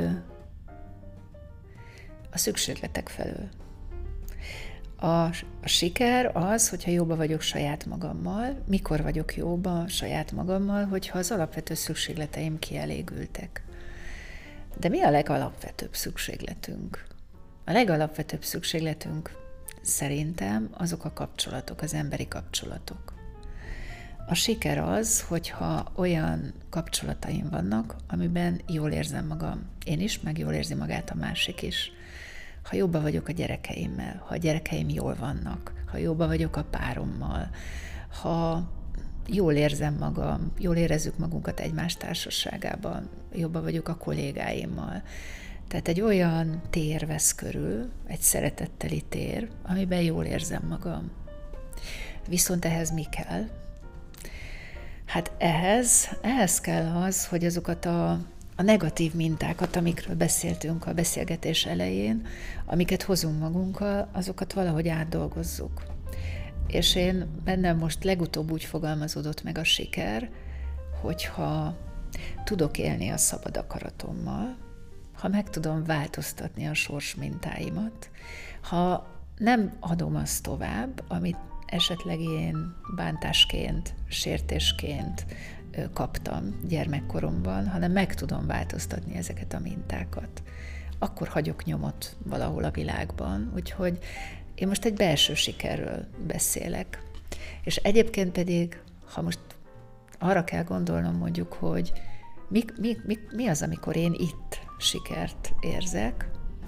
a szükségletek felől. A, a siker az, hogyha jóba vagyok saját magammal, mikor vagyok jóba saját magammal, hogyha az alapvető szükségleteim kielégültek. De mi a legalapvetőbb szükségletünk? A legalapvetőbb szükségletünk szerintem azok a kapcsolatok, az emberi kapcsolatok. A siker az, hogyha olyan kapcsolataim vannak, amiben jól érzem magam én is, meg jól érzi magát a másik is. Ha jobban vagyok a gyerekeimmel, ha a gyerekeim jól vannak, ha jobban vagyok a párommal, ha jól érzem magam, jól érezzük magunkat egymás társaságában, jobban vagyok a kollégáimmal. Tehát egy olyan tér vesz körül, egy szeretetteli tér, amiben jól érzem magam. Viszont ehhez mi kell? Hát ehhez, ehhez kell az, hogy azokat a, a negatív mintákat, amikről beszéltünk a beszélgetés elején, amiket hozunk magunkkal, azokat valahogy átdolgozzuk. És én bennem most legutóbb úgy fogalmazódott meg a siker, hogyha tudok élni a szabad akaratommal, ha meg tudom változtatni a sors mintáimat, ha nem adom azt tovább, amit esetleg én bántásként, sértésként kaptam gyermekkoromban, hanem meg tudom változtatni ezeket a mintákat, akkor hagyok nyomot valahol a világban. Úgyhogy én most egy belső sikerről beszélek. És egyébként pedig, ha most arra kell gondolnom mondjuk, hogy mi, mi, mi, mi az, amikor én itt sikert érzek,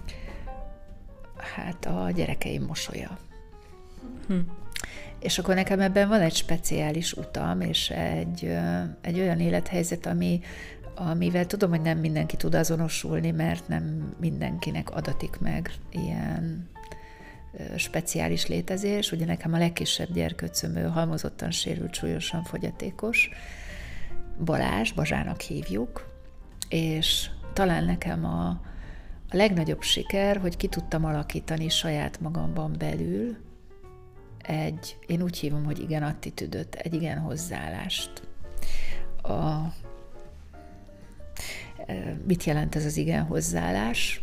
hát a gyerekeim mosolya. Hm. És akkor nekem ebben van egy speciális utam, és egy, egy olyan élethelyzet, ami, amivel tudom, hogy nem mindenki tud azonosulni, mert nem mindenkinek adatik meg ilyen speciális létezés. Ugye nekem a legkisebb gyerkőcöm, ő halmozottan sérült, súlyosan fogyatékos, Balázs, Bazsának hívjuk, és talán nekem a, a legnagyobb siker, hogy ki tudtam alakítani saját magamban belül egy, én úgy hívom, hogy igen attitűdöt, egy igen hozzáállást. A, mit jelent ez az igen hozzáállás?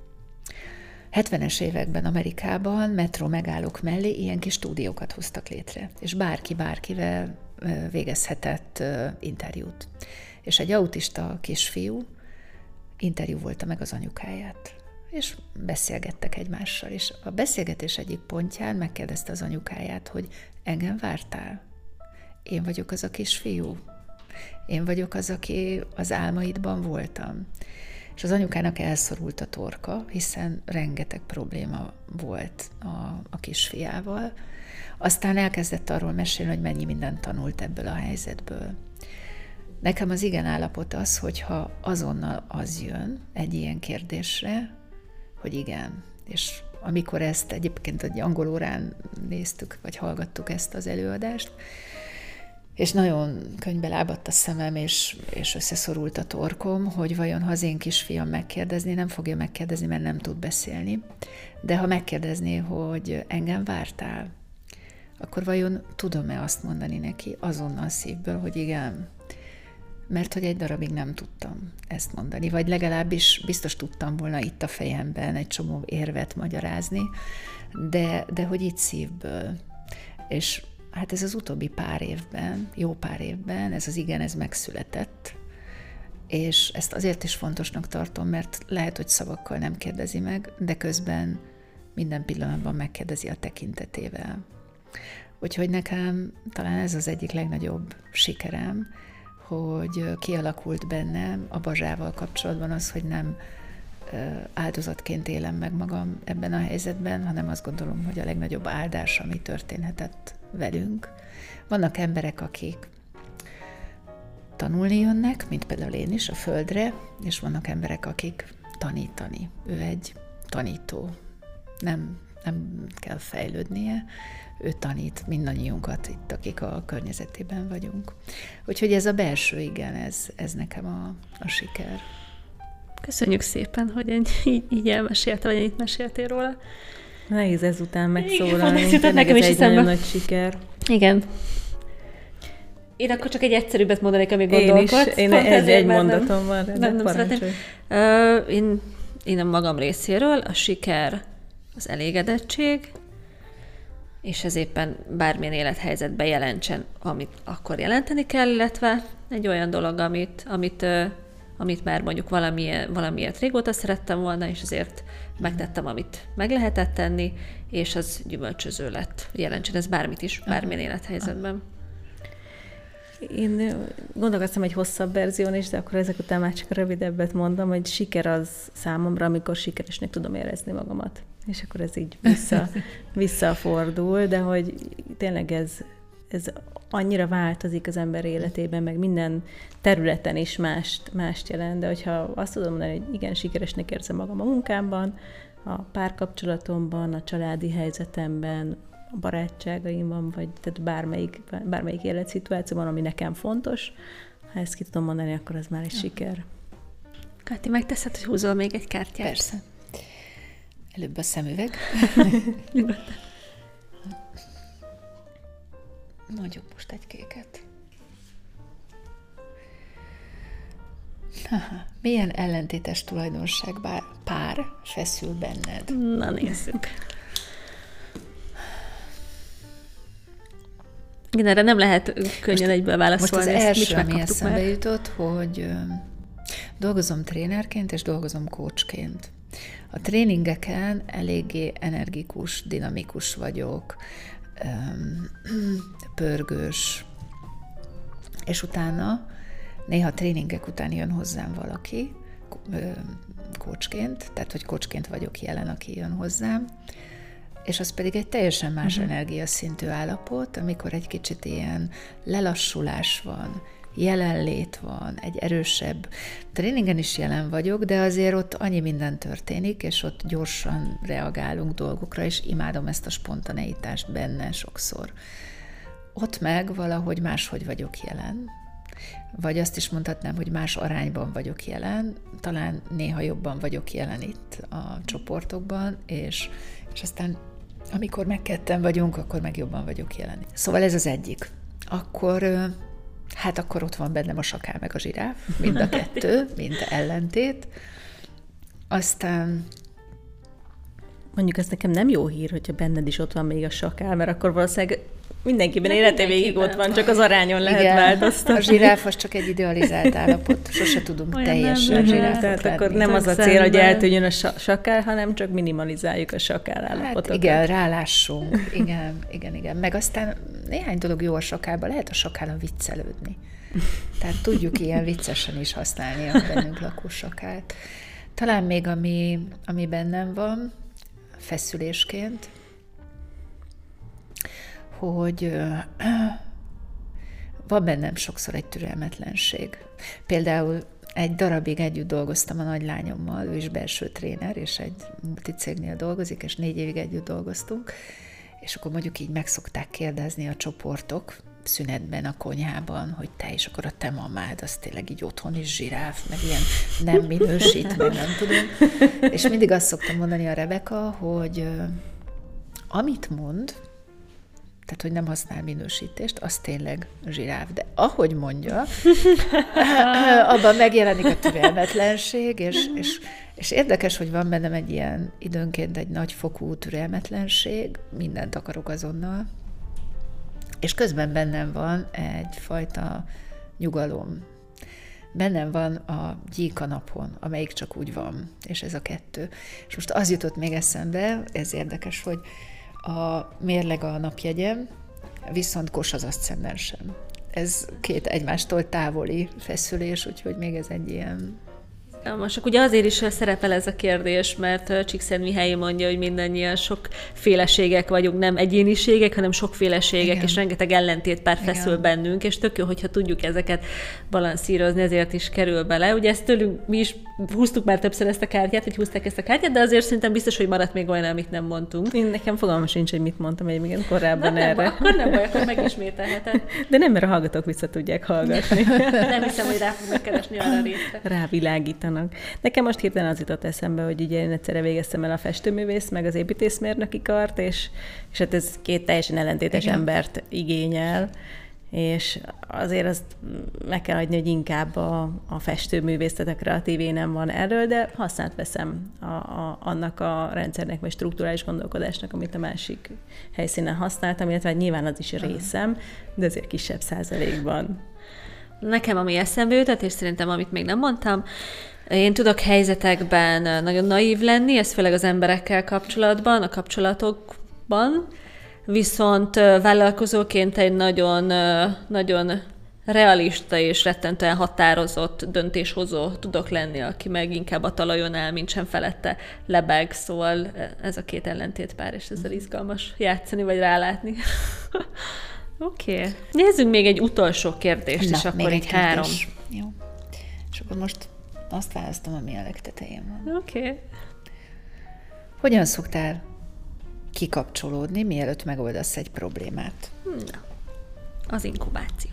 hetvenes években Amerikában metró megállók mellé ilyen kis stúdiókat hoztak létre, és bárki bárkivel végezhetett interjút. És egy autista kisfiú interjú volta meg az anyukáját, és beszélgettek egymással, és a beszélgetés egyik pontján megkérdezte az anyukáját, hogy engem vártál? Én vagyok az a kisfiú? Én vagyok az, aki az álmaidban voltam? És az anyukának elszorult a torka, hiszen rengeteg probléma volt a, a kisfiával. Aztán elkezdett arról mesélni, hogy mennyi mindent tanult ebből a helyzetből. Nekem az igen állapot az, hogyha azonnal az jön egy ilyen kérdésre, hogy igen. És amikor ezt egyébként egy angol órán néztük, vagy hallgattuk ezt az előadást, és nagyon könnybe lábadt a szemem, és, és összeszorult a torkom, hogy vajon ha az én kisfiam megkérdezni, nem fogja megkérdezni, mert nem tud beszélni, de ha megkérdezné, hogy engem vártál, akkor vajon tudom-e azt mondani neki azonnal szívből, hogy igen, mert hogy egy darabig nem tudtam ezt mondani, vagy legalábbis biztos tudtam volna itt a fejemben egy csomó érvet magyarázni, de, de hogy itt szívből. És hát ez az utóbbi pár évben, jó pár évben, ez az igen, ez megszületett, és ezt azért is fontosnak tartom, mert lehet, hogy szavakkal nem kérdezi meg, de közben minden pillanatban megkérdezi a tekintetével. Úgyhogy nekem talán ez az egyik legnagyobb sikerem, hogy kialakult bennem a Bazsával kapcsolatban az, hogy nem áldozatként élem meg magam ebben a helyzetben, hanem azt gondolom, hogy a legnagyobb áldás, ami történhetett velünk. Vannak emberek, akik tanulni jönnek, mint például én is a földre, és vannak emberek, akik tanítani. Ő egy tanító. Nem, nem kell fejlődnie, ő tanít mindannyiunkat itt, akik a környezetében vagyunk. Úgyhogy ez a belső igen, ez, ez nekem a, a siker. Köszönjük szépen, hogy így, így elmeséltél, vagy itt meséltél róla. Nehéz ezután megszólalni. Igen, nekem is egy eszembe. nagyon nagy siker. Igen. Én akkor csak egy egyszerűbbet mondanék, amíg gondolkodsz. Én is. Én ez egy mondatom van. Nem, nem szeretném. Uh, én, én a magam részéről a siker az elégedettség, és ez éppen bármilyen élethelyzetben jelentsen, amit akkor jelenteni kell, illetve egy olyan dolog, amit, amit, uh, amit már mondjuk valamilyen, valamiért régóta szerettem volna, és azért megtettem, amit meg lehetett tenni, és az gyümölcsöző lett. Jelentsen ez bármit is, bármilyen élethelyzetben. Én gondolkoztam egy hosszabb verzión is, de akkor ezek után már csak a rövidebbet mondom, hogy siker az számomra, amikor sikeresnek tudom érezni magamat. És akkor ez így vissza, visszafordul, de hogy tényleg ez, ez annyira változik az ember életében, meg minden területen is mást, mást jelent, de hogyha azt tudom mondani, hogy igen, sikeresnek érzem magam a munkámban, a párkapcsolatomban, a családi helyzetemben, a barátságaimban, vagy tehát bármelyik, bármelyik életszituációban, ami nekem fontos, ha ezt ki tudom mondani, akkor ez már egy ja. siker. Káti, megteszed, hogy húzol még egy kártyát? Persze. Előbb a szemüveg. Mondjuk most egy kéket. Aha. Milyen ellentétes tulajdonság bár pár feszül benned? Na nézzük. Igen, erre nem lehet könnyen most, egyből válaszolni. Most az első, ami eszembe már jutott, hogy ö, dolgozom trénerként, és dolgozom coachként. A tréningeken eléggé energikus, dinamikus vagyok, ö, pörgős, és utána, néha tréningek után jön hozzám valaki, ö, coachként, tehát hogy coachként vagyok jelen, aki jön hozzám, és az pedig egy teljesen más uh-huh. energiaszintű állapot, amikor egy kicsit ilyen lelassulás van, jelenlét van, egy erősebb tréningen is jelen vagyok, de azért ott annyi minden történik, és ott gyorsan reagálunk dolgokra, és imádom ezt a spontaneitást benne sokszor. Ott meg valahogy máshogy vagyok jelen. Vagy azt is mondhatnám, hogy más arányban vagyok jelen, talán néha jobban vagyok jelen itt a csoportokban, és, és aztán amikor meg ketten vagyunk, akkor meg jobban vagyok jelen. Szóval ez az egyik. Akkor, hát akkor ott van bennem a sakál meg a zsiráf, mind a kettő, mind ellentét. Aztán mondjuk ez nekem nem jó hír, hogyha benned is ott van még a sakál, mert akkor valószínűleg mindenkiben élete végig ott van, csak az arányon lehet igen, változtatni. A zsiráf az csak egy idealizált állapot, sose tudunk olyan teljesen zsiráfot Tehát lenni. akkor nem az a cél, hogy eltűnjön a sakál, hanem csak minimalizáljuk a sakál állapotokat. Hát igen, rálássunk. Igen, igen, igen. Meg aztán néhány dolog jó a sakálban, lehet a sakállal viccelődni. Tehát tudjuk ilyen viccesen is használni a bennünk lakó sakált. Talán még ami, ami bennem van, feszülésként, hogy van bennem sokszor egy türelmetlenség. Például egy darabig együtt dolgoztam a nagylányommal, ő is belső tréner, és egy multicégnél dolgozik, és négy évig együtt dolgoztunk, és akkor mondjuk így meg szokták kérdezni a csoportok szünetben, a konyhában, hogy te is, akkor a te mamád, az tényleg így otthon is zsiráf, meg ilyen nem minősít, meg nem tudom. És mindig azt szoktam mondani a Rebeka, hogy amit mond, tehát, hogy nem használ minősítést, az tényleg zsiráf. De ahogy mondja, abban megjelenik a türelmetlenség, és, és, és érdekes, hogy van bennem egy ilyen időnként egy nagyfokú türelmetlenség, mindent akarok azonnal, és közben bennem van egyfajta nyugalom. Bennem van a gyík a napon, amelyik csak úgy van, és ez a kettő. És most az jutott még eszembe, ez érdekes, hogy a mérleg a napjegyem, viszont Kos az aszcendensem. Ez két egymástól távoli feszülés, úgyhogy még ez egy ilyen... Most csak ugye azért is szerepel ez a kérdés, mert Csíkszentmihályi mondja, hogy mindannyian sokféleségek vagyunk, nem egyéniségek, hanem sokféleségek, igen. És rengeteg ellentétpár feszül igen. bennünk, és tök jó, hogyha tudjuk ezeket balanszírozni, ezért is kerül bele. Ugye ezt tőlünk mi is húztuk már többször ezt a kártyát, hogy húzták ezt a kártyát, de azért szerintem biztos, hogy maradt még olyan, amit nem mondtunk. Én nekem fogalmam sincs, hogy mit mondtam egyébként korábban Na, erre. Nem, akkor nem baj, akkor megismételheted. De nem, mert a hallgatók vissza tudják hallgatni. Nem hiszem, hogy rá fognak keresni arra a részre. Rávilágítanak. Nekem most hirtelen az jutott eszembe, hogy ugye én egyszerre végeztem el a festőművész, meg az építészmérnöki kart, és, és hát ez két teljesen ellentétes igen. embert igényel, és azért azt meg kell adni, hogy inkább a, a festőművész, tehát a kreatív énem van elől, de használt veszem a, a, annak a rendszernek, vagy strukturális gondolkodásnak, amit a másik helyszínen használtam, illetve nyilván az is részem, de azért kisebb százalékban. Nekem ami eszembe jutott, és szerintem amit még nem mondtam, én tudok helyzetekben nagyon naív lenni, ez főleg az emberekkel kapcsolatban, a kapcsolatokban, viszont vállalkozóként egy nagyon, nagyon realista és rettentően határozott döntéshozó tudok lenni, aki meg inkább a talajon áll, mint sem felette lebeg, szóval ez a két ellentétpár, és ezzel izgalmas játszani, vagy rálátni. Oké. Okay. Nézzünk még egy utolsó kérdést, Na, és akkor egy három. Jó. És akkor most azt választom, ami a legtetején van. Oké. Okay. Hogyan szoktál kikapcsolódni, mielőtt megoldasz egy problémát? Na, az inkubáció.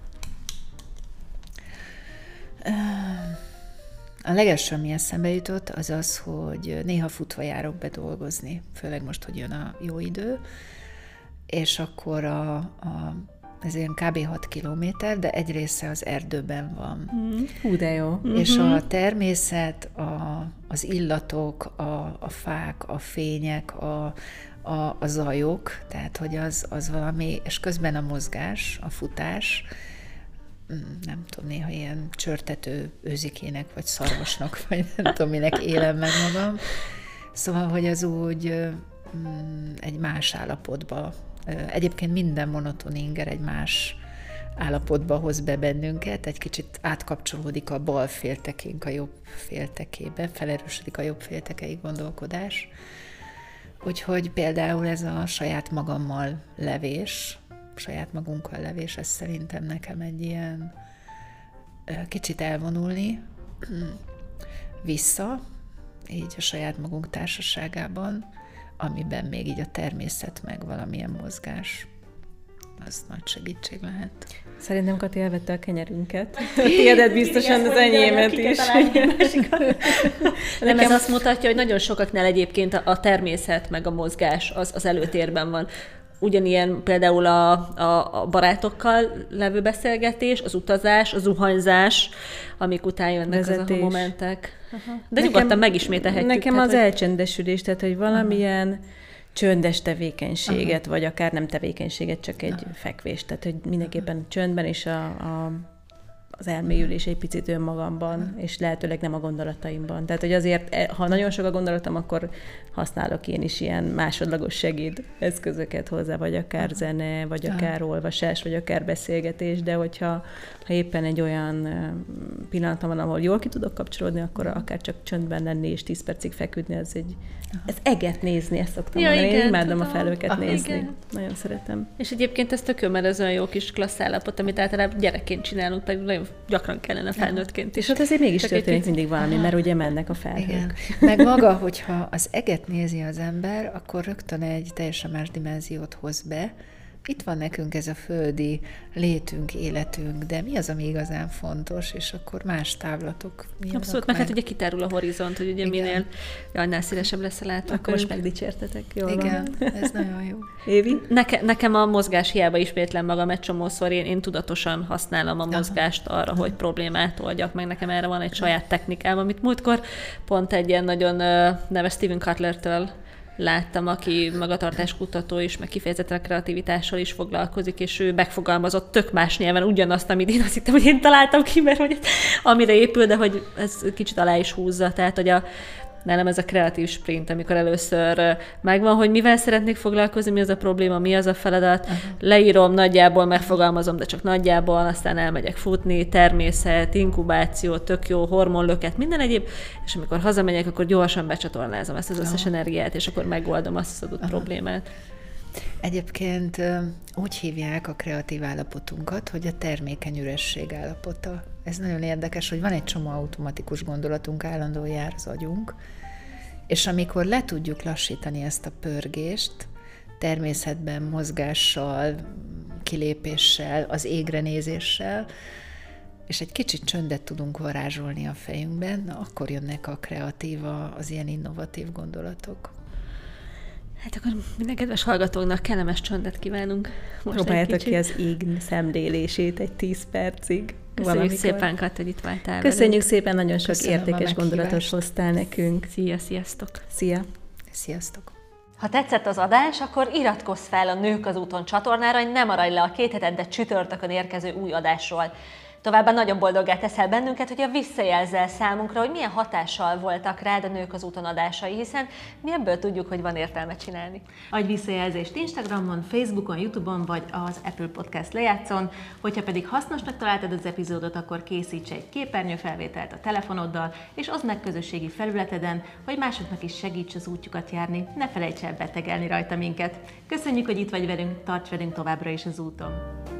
A legelső, ami eszembe jutott, az az, hogy néha futva járok be dolgozni, főleg most, hogy jön a jó idő, és akkor a, a, ez ilyen kb. hat kilométer, de egy része az erdőben van. Mm. Hú, de jó. És mm-hmm. a természet, a, az illatok, a, a fák, a fények, a, a, a zajok, tehát hogy az, az valami, és közben a mozgás, a futás, nem tudom, néha ilyen csörtető őzikének, vagy szarvasnak, vagy nem tudom, minek élem meg magam. Szóval, hogy az úgy mm, egy más állapotba, egyébként minden monoton inger egy más állapotba hoz be bennünket, egy kicsit átkapcsolódik a bal féltekénk a jobb féltekébe, felerősödik a jobb féltekei gondolkodás. Úgyhogy például ez a saját magammal levés, saját magunkkal levés, ez szerintem nekem egy ilyen kicsit elvonulni vissza, így a saját magunk társaságában, amiben még így a természet meg valamilyen mozgás, az nagy segítség lehet. Szerintem Kati elvette a kenyerünket. A tiédet biztosan, az enyémet is. Nem, ez azt mutatja, hogy nagyon sokaknál egyébként a természet meg a mozgás az, az előtérben van. Ugyanilyen például a, a, a barátokkal levő beszélgetés, az utazás, a zuhanyzás, amik után jönnek Vezetés. Azok a momentek. Aha. De nekem, nyugodtan megismételhetjük. Nekem tehát, az hogy... elcsendesülés, tehát hogy valamilyen aha. csöndes tevékenységet, aha. vagy akár nem tevékenységet, csak egy aha. fekvést. Tehát, hogy mindenképpen aha. csöndben és a, a, az elmélyülés egy picit önmagamban, aha. és lehetőleg nem a gondolataimban. Tehát, hogy azért, ha nagyon sok a gondolatom, akkor használok én is ilyen másodlagos segéd eszközöket hozzá, vagy akár aha. zene, vagy aha. akár olvasás, vagy akár beszélgetés, de hogyha ha éppen egy olyan pillanat van, ahol jól ki tudok kapcsolódni, akkor aha. akár csak csöndben lenni és tíz percig feküdni, az egy ez eget nézni, ezt szoktam ja, mondani. Igen, én imádom tudom. A felőket aha, nézni. Igen. Nagyon szeretem. És egyébként ez tök jó, mert ez olyan jó kis klassz állapot, amit általában gyerekként csinálunk, pedig nagyon gyakran kellene felnőttként is. És ott azért mégis csak történik mindig valami, aha. mert ugye mennek a felhők. Igen. Meg maga, hogyha az eget nézi az ember, akkor rögtön egy teljesen más dimenziót hoz be. Itt van nekünk ez a földi létünk, életünk, de mi az, ami igazán fontos, és akkor más távlatok. Abszolút, meg hát ugye kitárul a horizont, hogy ugye igen. minél annál szélesebb lesz a látókör. Akkor most megdicsértetek, jól igen, van. Ez nagyon jó. Évi? Neke, nekem a mozgás hiába ismétlem magam egy csomószor, én, én tudatosan használom a mozgást aha. arra, aha. hogy problémát oldjak, meg nekem erre van egy saját technikám, amit múltkor pont egy ilyen nagyon uh, neves Steven Kotlertől láttam, aki magatartáskutató is, meg kifejezetten a kreativitással is foglalkozik, és ő megfogalmazott tök más nyelven ugyanazt, amit én azt hittem, hogy én találtam ki, mert hogy amire épül, de hogy ez kicsit alá is húzza. Tehát, hogy a, nálam ez a kreatív sprint, amikor először megvan, hogy mivel szeretnék foglalkozni, mi az a probléma, mi az a feladat, uh-huh. leírom, nagyjából megfogalmazom, de csak nagyjából, aztán elmegyek futni, természet, inkubáció, tök jó, hormonlöket, minden egyéb, és amikor hazamegyek, akkor gyorsan becsatornázom ezt az összes uh-huh. energiát, és akkor megoldom azt az adott uh-huh. problémát. Egyébként úgy hívják a kreatív állapotunkat, hogy a termékeny üresség állapota. Ez nagyon érdekes, hogy van egy csomó automatikus gondolatunk, állandóan jár az agyunk, és amikor le tudjuk lassítani ezt a pörgést, természetben mozgással, kilépéssel, az égre nézéssel, és egy kicsit csöndet tudunk varázsolni a fejünkben, na, akkor jönnek a kreatív, az ilyen innovatív gondolatok. Hát akkor minden kedves hallgatóknak kellemes csöndet kívánunk. Próbáljátok ki az ég szemlélését egy tíz percig. Köszönjük valamikor. Szépen, Kat, hogy itt voltál. Köszönjük velünk. Szépen, nagyon sok köszönöm értékes gondolatot hoztál nekünk. Szia, sziasztok! Szia! Sziasztok! Ha tetszett az adás, akkor iratkozz fel a Nők az úton csatornára, hogy ne maradj le a két hetente csütörtökön érkező új adásról. Továbbá nagyon boldoggá teszel bennünket, hogy a visszajelzel számunkra, hogy milyen hatással voltak rád a Nők az úton adásai, hiszen mi ebből tudjuk, hogy van értelme csinálni. Adj visszajelzést Instagramon, Facebookon, YouTube-on vagy az Apple Podcast lejátszón. Hogyha pedig hasznosnak találtad az epizódot, akkor készíts egy képernyőfelvételt a telefonoddal, és oszd meg közösségi felületeden, hogy másoknak is segíts az útjukat járni. Ne felejts el betegelni rajta minket. Köszönjük, hogy itt vagy velünk, tarts velünk továbbra is az úton!